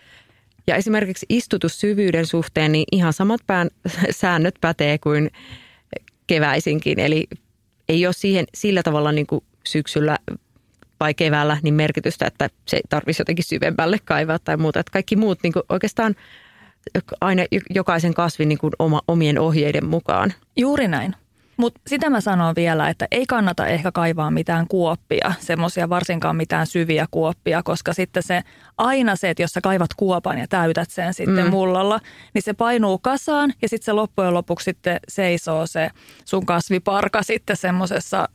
Ja esimerkiksi istutussyvyyden suhteen niin ihan samat säännöt pätee kuin keväisinkin. Eli ei ole siihen sillä tavalla niin kuin syksyllä vai keväällä niin merkitystä, että se ei tarvitsisi jotenkin syvemmälle kaivaa tai muuta. Että kaikki muut niin kuin oikeastaan aina jokaisen kasvin niin kuin omien ohjeiden mukaan. Juuri näin. Mutta sitä mä sanon vielä, että ei kannata ehkä kaivaa mitään kuoppia, semmoisia varsinkaan mitään syviä kuoppia, koska sitten aina se, että jos sä kaivat kuopan ja täytät sen sitten mullalla, niin se painuu kasaan ja sitten se loppujen lopuksi sitten seisoo se sun kasviparka sitten semmoisessa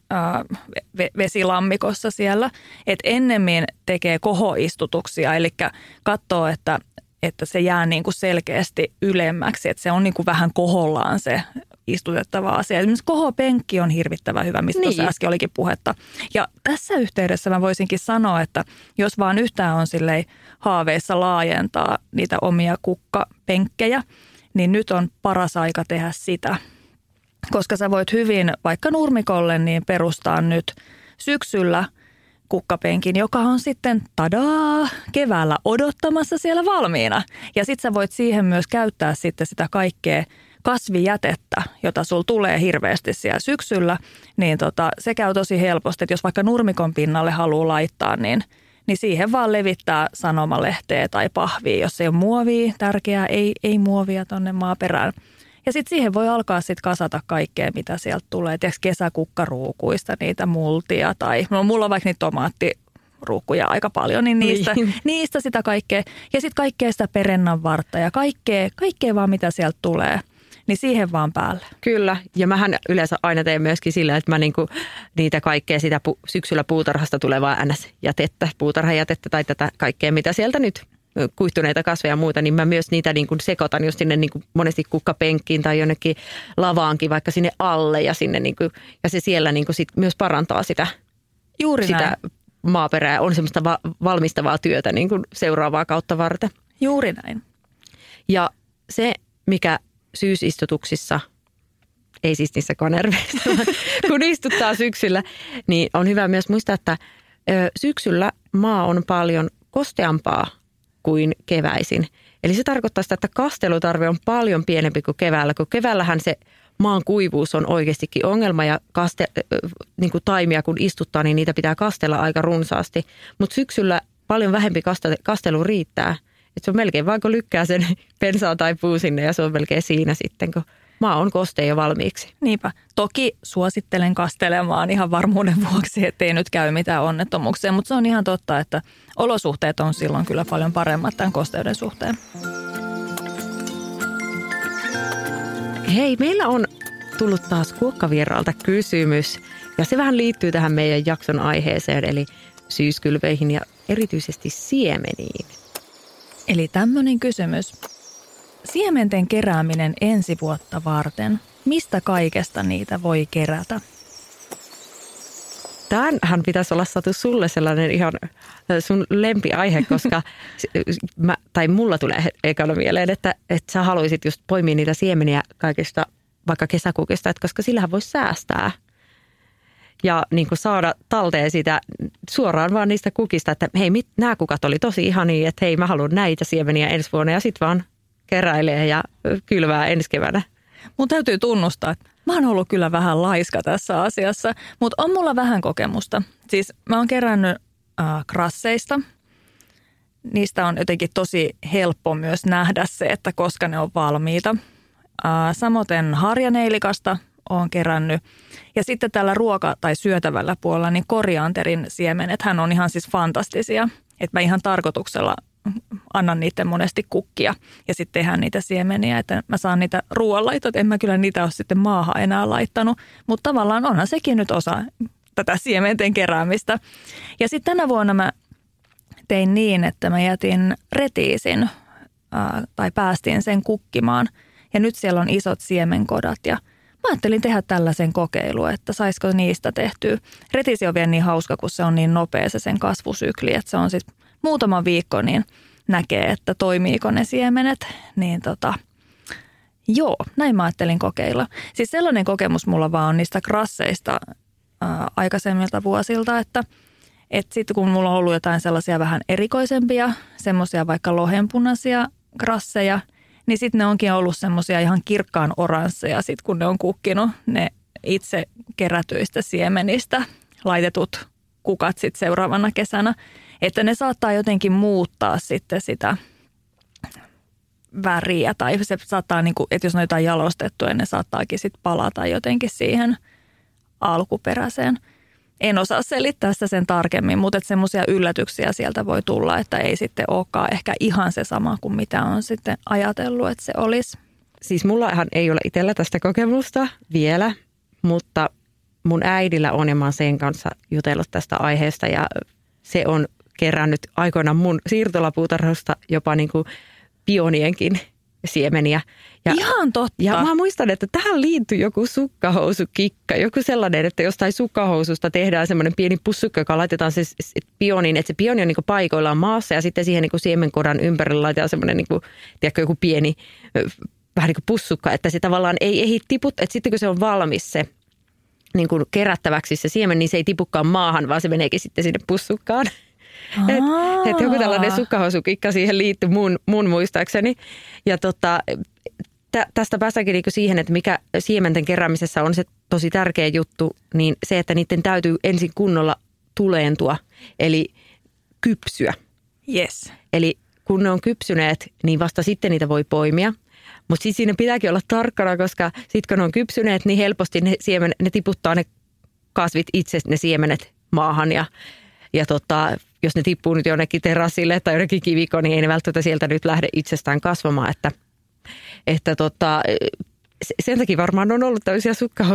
vesilammikossa siellä. Että ennemmin tekee kohoistutuksia, eli katsoo, että se jää niin kuin selkeästi ylemmäksi, että se on niin kuin vähän kohollaan se istutettava asia. Esimerkiksi kohopenkki on hirvittävän hyvä, mistä tuossa äsken olikin puhetta. Ja tässä yhteydessä mä voisinkin sanoa, että jos vaan yhtään on silleen haaveissa laajentaa niitä omia kukkapenkkejä, niin nyt on paras aika tehdä sitä. Koska sä voit hyvin vaikka nurmikolle niin perustaa nyt syksyllä kukkapenkin, joka on sitten keväällä odottamassa siellä valmiina. Ja sit sä voit siihen myös käyttää sitten sitä kaikkea kasvijätettä, jota sulla tulee hirveästi siellä syksyllä, niin se käy tosi helposti, että jos vaikka nurmikon pinnalle haluaa laittaa, niin siihen vaan levittää sanomalehteä tai pahvia, jos ei ole muovia, tärkeää, ei muovia tonne maaperään. Ja sitten siihen voi alkaa sitten kasata kaikkea, mitä sieltä tulee. Tiedätkö kesäkukkaruukuista, niitä multia tai mulla on vaikka niitä tomaattiruukkuja aika paljon, niin niistä sitä kaikkea. Ja sitten kaikkea sitä perennanvartta ja kaikkea vaan mitä sieltä tulee, niin siihen vaan päälle. Kyllä, ja mähän yleensä aina teen myöskin sillä, että mä niitä kaikkea sitä syksyllä puutarhasta tulevaa NS-jätettä, puutarhajätettä tai tätä kaikkea, mitä sieltä nyt kuihtuneita kasveja ja muuta, niin mä myös niitä niin kuin sekoitan just sinne niin kuin monesti kukkapenkkiin tai jonnekin lavaankin vaikka sinne alle ja sinne niin kuin, ja se siellä niin kuin sit myös parantaa sitä maaperää. On semmoista valmistavaa työtä niin kuin seuraavaa kautta varten. Juuri näin. Ja se, mikä syysistutuksissa, ei siis niissä kanerveissa, kun istuttaa syksyllä, niin on hyvä myös muistaa, että syksyllä maa on paljon kosteampaa kuin keväisin. Eli se tarkoittaa sitä, että kastelutarve on paljon pienempi kuin keväällä, kun keväällähän se maan kuivuus on oikeastikin ongelma ja niin kuin taimia kun istuttaa, niin niitä pitää kastella aika runsaasti. Mutta syksyllä paljon vähempi kastelu riittää. Et se on melkein vaan kun lykkää sen pensaan tai puu sinne ja se on melkein siinä sitten, kun maa on kostea jo valmiiksi. Niinpä. Toki suosittelen kastelemaan ihan varmuuden vuoksi, ettei nyt käy mitään onnettomuuksia, mutta se on ihan totta, että olosuhteet on silloin kyllä paljon paremmat tämän kosteuden suhteen. Hei, meillä on tullut taas kuokkavieraalta kysymys ja se vähän liittyy tähän meidän jakson aiheeseen, eli syyskylveihin ja erityisesti siemeniin. Eli tämmöinen kysymys. Siementen kerääminen ensi vuotta varten. Mistä kaikesta niitä voi kerätä? Tämähän pitäisi olla Satu sulle sellainen ihan sun lempiaihe, koska mulla tulee ekana mieleen, että sä haluaisit just poimia niitä siemeniä kaikista vaikka kesäkukista, että koska sillähän voisi säästää. Ja niin kuin saada talteen sitä suoraan vaan niistä kukista, että hei, nämä kukat oli tosi ihania, että hei, mä haluan näitä siemeniä ensi vuonna ja sitten vaan keräilee ja kylvää ensi keväänä. Mun täytyy tunnustaa, että mä oon ollut kyllä vähän laiska tässä asiassa, mutta on mulla vähän kokemusta. Siis mä oon kerännyt krasseista. Niistä on jotenkin tosi helppo myös nähdä se, että koska ne on valmiita. Samoin harjaneilikasta oon kerännyt. Ja sitten tällä ruoka- tai syötävällä puolella niin korianterin siemenet, hän on ihan siis fantastisia. Että mä ihan tarkoituksella annan niiden monesti kukkia ja sitten tehdään niitä siemeniä, että mä saan niitä ruoanlaitot. En mä kyllä niitä ole sitten maahan enää laittanut, mutta tavallaan onhan sekin nyt osa tätä siementen keräämistä. Ja sitten tänä vuonna mä tein niin, että mä jätin retiisin tai päästiin sen kukkimaan ja nyt siellä on isot siemenkodat ja mä ajattelin tehdä tällaisen kokeilun, että saisiko niistä tehtyä. Retiisi on vielä niin hauska, kun se on niin nopea se sen kasvusykli, että se on siis muutama viikko, niin näkee, että toimiiko ne siemenet. Niin joo, näin mä ajattelin kokeilla. Siis sellainen kokemus mulla vaan on niistä krasseista aikaisemmilta vuosilta, että sitten kun mulla on ollut jotain sellaisia vähän erikoisempia, semmoisia vaikka lohenpunaisia krasseja, niin sitten ne onkin ollut semmoisia ihan kirkkaan oransseja, sit kun ne on kukkinut ne itse kerätyistä siemenistä laitetut kukat sitten seuraavana kesänä. Että ne saattaa jotenkin muuttaa sitten sitä väriä tai se saattaa, niin kuin, että jos ne on jotain jalostettua, ne saattaakin sitten palata jotenkin siihen alkuperäiseen. En osaa selittää sitä sen tarkemmin, mutta semmoisia yllätyksiä sieltä voi tulla, että ei sitten olekaan ehkä ihan se sama kuin mitä on sitten ajatellut, että se olisi. Siis mullahan ei ole itsellä tästä kokemusta vielä, mutta mun äidillä on ja mä oon sen kanssa jutellut tästä aiheesta ja se on kerännyt aikoinaan mun siirtolapuutarhasta jopa niin kuin pionienkin siemeniä. Ja, ihan totta. Ja mä muistan, että tähän liittyy joku sukkahousukikka, joku sellainen, että jostain sukkahoususta tehdään semmoinen pieni pussukka, joka laitetaan se pioniin, että se pioni on niin kuin paikoillaan maassa ja sitten siihen niin kuin siemenkodan ympärille laitetaan semmoinen niin kuin, tiedätkö, joku pieni vähän niin kuin pussukka, että se tavallaan ei ehdi tiput, että sitten kun se on valmis se niin kuin kerättäväksi se siemen, niin se ei tipukaan maahan, vaan se meneekin sitten sinne pussukkaan. Että joku tällainen sukkahousukikka siihen liittyy mun muistaakseni. Ja tästä päästäänkin niinku siihen, että mikä siementen keräämisessä on se tosi tärkeä juttu, niin se, että niiden täytyy ensin kunnolla tuleentua, eli kypsyä. Yes. Eli kun ne on kypsyneet, niin vasta sitten niitä voi poimia. Mutta sitten siinä pitääkin olla tarkkana, koska sitten kun ne on kypsyneet, niin helposti ne tiputtaa ne kasvit itse, ne siemenet maahan. Ja jos ne tippuu nyt jonnekin terassille tai jonnekin kivikoon, niin ei ne välttämättä sieltä nyt lähde itsestään kasvamaan. Että sen takia varmaan on ollut tämmöisiä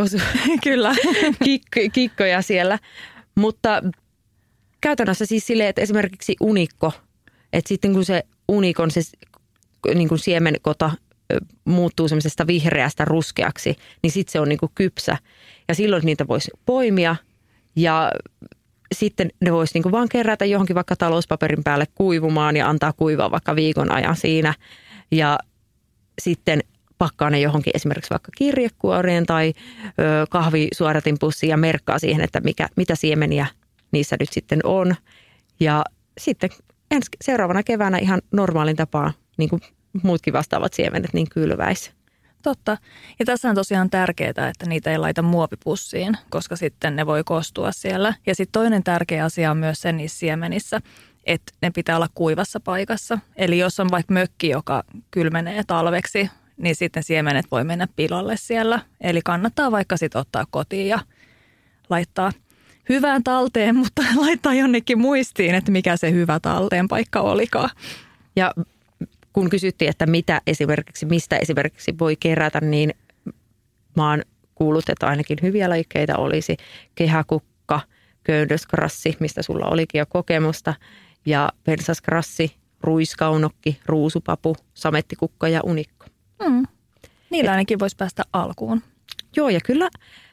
sukkahousu-kikkoja siellä. Mutta käytännössä siis silleen, että esimerkiksi unikko, että sitten kun se unikon se niin kuin siemenkota muuttuu semmoisesta vihreästä ruskeaksi, niin sitten se on niin kuin kypsä. Ja silloin niitä voisi poimia ja sitten ne voisi niin kuin vaan kerätä johonkin vaikka talouspaperin päälle kuivumaan ja antaa kuivaa vaikka viikon ajan siinä. Ja sitten pakkaa ne johonkin esimerkiksi vaikka kirjekuoreen tai kahvisuodatinpussiin ja merkkaa siihen, että mitä siemeniä niissä nyt sitten on. Ja sitten seuraavana keväänä ihan normaalin tapaa, niin kuin muutkin vastaavat siemenet, niin kylväisi. Totta. Ja tässä on tosiaan tärkeää, että niitä ei laita muovipussiin, koska sitten ne voi kostua siellä. Ja sitten toinen tärkeä asia on myös se niissä siemenissä, että ne pitää olla kuivassa paikassa. Eli jos on vaikka mökki, joka kylmenee talveksi, niin sitten siemenet voi mennä pilalle siellä. Eli kannattaa vaikka sitten ottaa kotiin ja laittaa hyvään talteen, mutta laittaa jonnekin muistiin, että mikä se hyvä talteen paikka olikaan. Ja kun kysyttiin, että mistä esimerkiksi voi kerätä, niin mä oon kuullut, että ainakin hyviä lajikkeita olisi kehäkukka, köynnöskrassi, mistä sulla olikin jo kokemusta, ja pensaskrassi, ruiskaunokki, ruusupapu, samettikukka ja unikko. Niillä ainakin voisi päästä alkuun. Joo, ja kyllä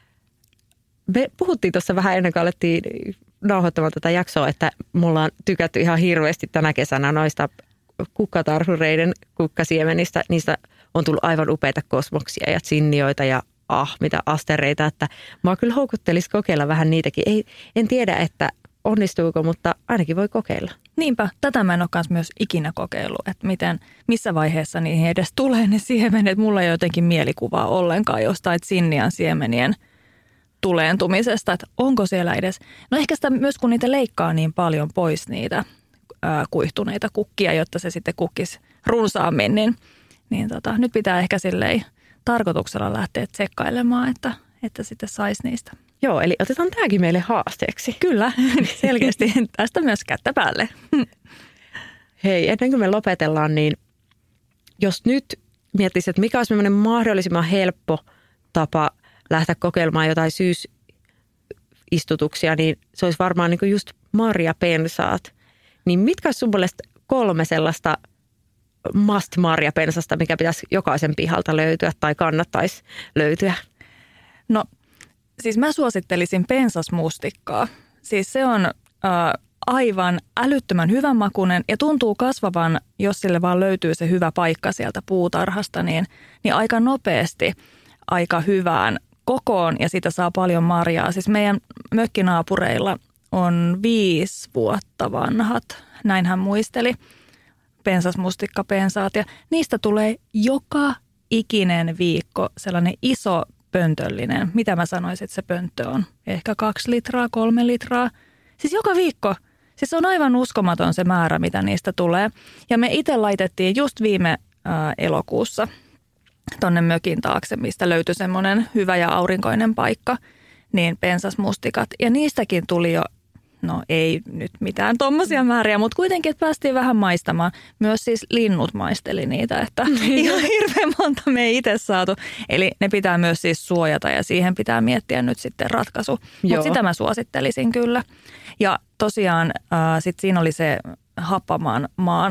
me puhuttiin tuossa vähän ennen kuin alettiin nauhoittamaan tätä jaksoa, että me ollaan tykätty ihan hirveästi tänä kesänä noista kukkatarhureiden kukkasiemenistä. Niistä on tullut aivan upeita kosmoksia ja tsinnioita ja mitä astereita, että mä kyllä houkuttelisi kokeilla vähän niitäkin. En tiedä, että onnistuuko, mutta ainakin voi kokeilla. Niinpä, tätä mä en ole myös ikinä kokeillut, että missä vaiheessa niihin edes tulee ne siemenet. Mulla ei ole jotenkin mielikuvaa ollenkaan jostain tsinnian siemenien tuleentumisesta, että onko siellä edes. No ehkä sitä myös kun niitä leikkaa niin paljon pois niitä kuihtuneita kukkia, jotta se sitten kukkisi runsaammin, niin nyt pitää ehkä silleen tarkoituksella lähteä tsekkailemaan, että sitten saisi niistä. Joo, eli otetaan tämäkin meille haasteeksi. Kyllä, selkeästi tästä myös kättä päälle. Hei, ennen kuin me lopetellaan, niin jos nyt miettisit, että mikä olisi sellainen mahdollisimman helppo tapa lähteä kokeilemaan jotain syysistutuksia, niin se olisi varmaan niin kuin just marjapensaat. Niin mitkä olisi sun puolesta 3 sellaista must-marjapensasta, mikä pitäisi jokaisen pihalta löytyä tai kannattaisi löytyä? No siis mä suosittelisin pensasmustikkaa. Siis se on aivan älyttömän hyvän makuinen ja tuntuu kasvavan, jos sille vaan löytyy se hyvä paikka sieltä puutarhasta, niin aika nopeasti aika hyvään kokoon ja siitä saa paljon marjaa. Siis meidän mökkinaapureilla on 5 vuotta vanhat, näin hän muisteli, pensasmustikkapensaat ja niistä tulee joka ikinen viikko sellainen iso pöntöllinen. Mitä mä sanoisin, että se pönttö on? Ehkä 2 litraa, 3 litraa. Siis joka viikko. Siis on aivan uskomaton se määrä, mitä niistä tulee. Ja me itse laitettiin just viime elokuussa tonne mökin taakse, mistä löytyi semmoinen hyvä ja aurinkoinen paikka, niin pensasmustikat. Ja niistäkin tuli jo, no ei nyt mitään tommosia määriä, mutta kuitenkin, että päästiin vähän maistamaan. Myös siis linnut maisteli niitä, että ihan hirveän monta me ei itse saatu. Eli ne pitää myös siis suojata ja siihen pitää miettiä nyt sitten ratkaisu. Mutta sitä mä suosittelisin kyllä. Ja tosiaan sitten siinä oli se happamaan maan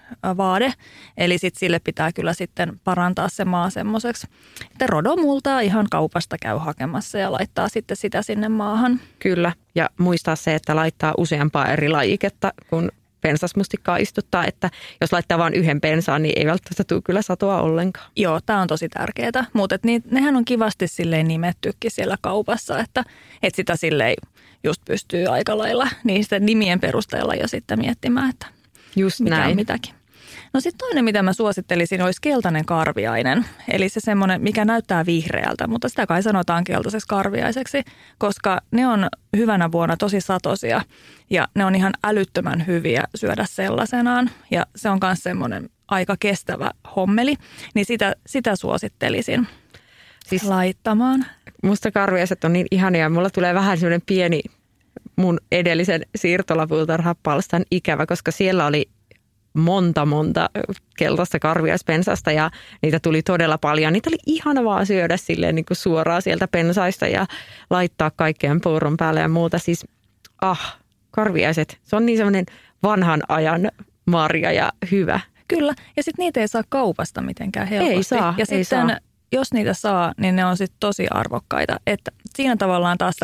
vaade. Eli sitten sille pitää kyllä sitten parantaa se maa semmoiseksi, että rodomultaa ihan kaupasta käy hakemassa ja laittaa sitten sitä sinne maahan. Kyllä, ja muistaa se, että laittaa useampaa eri lajiketta, kun pensasmustikkaa istuttaa, että jos laittaa vain yhden pensaan, niin ei välttämättä tule kyllä satoa ollenkaan. Joo, tämä on tosi tärkeää, mutta nehän on kivasti silleen nimettykin siellä kaupassa, että sitä silleen just pystyy aika lailla niistä nimien perusteella jo sitten miettimään, että just mikä näin. on mitäkin. No sitten toinen, mitä mä suosittelisin, olisi keltainen karviainen. Eli se semmoinen, mikä näyttää vihreältä, mutta sitä kai sanotaan keltaiseksi karviaiseksi, koska ne on hyvänä vuonna tosi satoisia ja ne on ihan älyttömän hyviä syödä sellaisenaan. Ja se on myös semmoinen aika kestävä hommeli, niin sitä suosittelisin siis laittamaan. Musta karviaiset on niin ihania. Mulla tulee vähän semmoinen pieni mun edellisen siirtolapuutarhapalstan ikävä, koska siellä oli monta keltaista karviaispensasta ja niitä tuli todella paljon. Niitä oli ihana vaan syödä silleen niin kuin suoraan sieltä pensaista ja laittaa kaikkeen puuron päälle ja muuta. Siis karviaiset, se on niin semmoinen vanhan ajan marja ja hyvä. Kyllä, ja sitten niitä ei saa kaupasta mitenkään helposti. Ei saa, ja sitten jos niitä saa, niin ne on sitten tosi arvokkaita. Että siinä tavallaan taas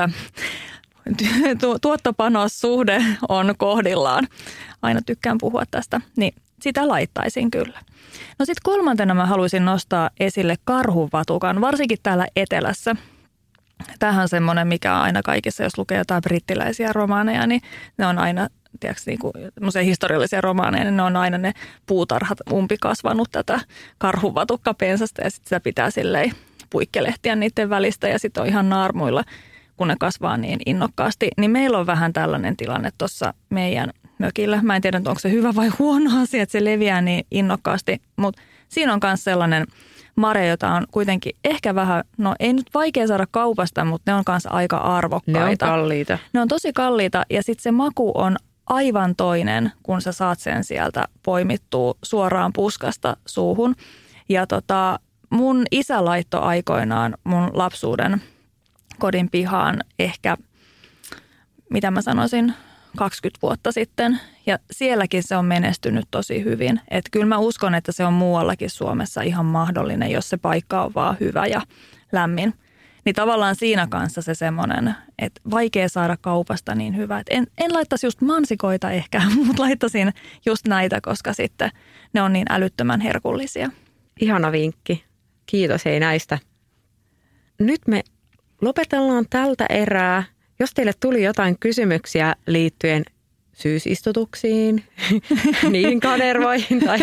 tuottopanossuhde on kohdillaan. Aina tykkään puhua tästä, niin sitä laittaisin kyllä. No sitten kolmantena mä haluaisin nostaa esille karhunvatukan, varsinkin täällä etelässä. Tämähän on semmoinen, mikä on aina kaikissa, jos lukee jotain brittiläisiä romaaneja, niin ne on aina, tiedätkö, niinku, historiallisia romaaneja, niin ne on aina ne puutarhat umpikasvanut tätä karhunvatukkapensasta ja sitten sitä pitää silleen puikkelehtiä niiden välistä ja sitten on ihan naarmuilla, kun ne kasvaa niin innokkaasti. Niin meillä on vähän tällainen tilanne tuossa meidän mökillä. Mä en tiedä, onko se hyvä vai huono asia, että se leviää niin innokkaasti, mutta siinä on myös sellainen marja, jota on kuitenkin ehkä vähän, no ei nyt vaikea saada kaupasta, mutta ne on kanssa aika arvokkaita. Ne on kalliita. Ne on tosi kalliita ja sitten se maku on aivan toinen, kun sä saat sen sieltä poimittua suoraan puskasta suuhun. Ja mun isä laittoi aikoinaan mun lapsuuden kodin pihaan ehkä, mitä mä sanoisin, 20 vuotta sitten. Ja sielläkin se on menestynyt tosi hyvin. Että kyllä mä uskon, että se on muuallakin Suomessa ihan mahdollinen, jos se paikka on vaan hyvä ja lämmin. Niin tavallaan siinä kanssa se semmoinen, että vaikea saada kaupasta niin hyvä. Että en laittaisi just mansikoita ehkä, mutta laittaisin just näitä, koska sitten ne on niin älyttömän herkullisia. Ihana vinkki. Kiitos näistä. Nyt me lopetellaan tältä erää. Jos teille tuli jotain kysymyksiä liittyen syysistutuksiin, niihin kanervoihin tai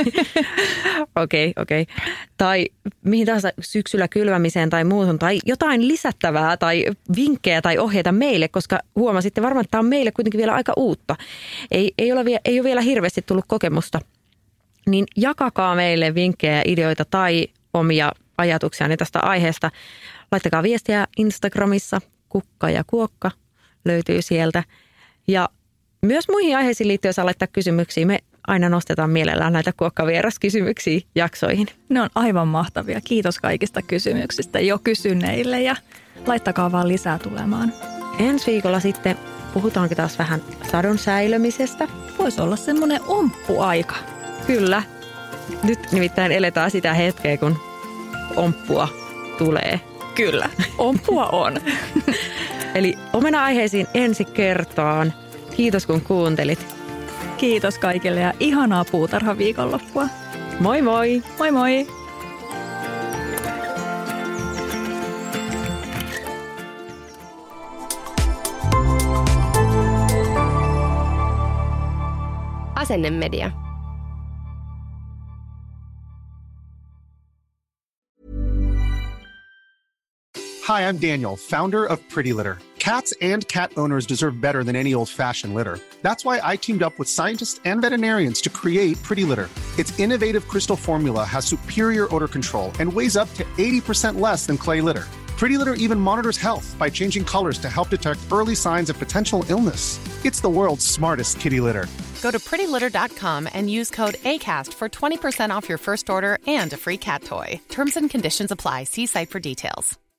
okei. Tai mihin tahansa syksyllä kylvämiseen tai muuhun tai jotain lisättävää tai vinkkejä tai ohjeita meille, koska huomasitte varmaan, että tämä on meille kuitenkin vielä aika uutta. Ei ole vielä hirveästi tullut kokemusta, niin jakakaa meille vinkkejä ja ideoita tai omia ajatuksianne tästä aiheesta. Laittakaa viestiä Instagramissa, Kukka ja Kuokka löytyy sieltä. Ja myös muihin aiheisiin liittyen saa laittaa kysymyksiä. Me aina nostetaan mielellään näitä kuokkavieraskysymyksiä jaksoihin. Ne on aivan mahtavia. Kiitos kaikista kysymyksistä jo kysyneille ja laittakaa vaan lisää tulemaan. Ensi viikolla sitten puhutaankin taas vähän sadon säilömisestä. Voisi olla semmoinen omppuaika. Kyllä. Nyt nimittäin eletään sitä hetkeä, kun omppua tulee. Kyllä, omppua on. Eli omena-aiheisiin ensi kertaan. Kiitos kun kuuntelit. Kiitos kaikille ja ihanaa puutarhaviikonloppua. Moi moi! Moi moi! Asennemedia. Hi, I'm Daniel, founder of Pretty Litter. Cats and cat owners deserve better than any old-fashioned litter. That's why I teamed up with scientists and veterinarians to create Pretty Litter. Its innovative crystal formula has superior odor control and weighs up to 80% less than clay litter. Pretty Litter even monitors health by changing colors to help detect early signs of potential illness. It's the world's smartest kitty litter. Go to prettylitter.com and use code ACAST for 20% off your first order and a free cat toy. Terms and conditions apply. See site for details.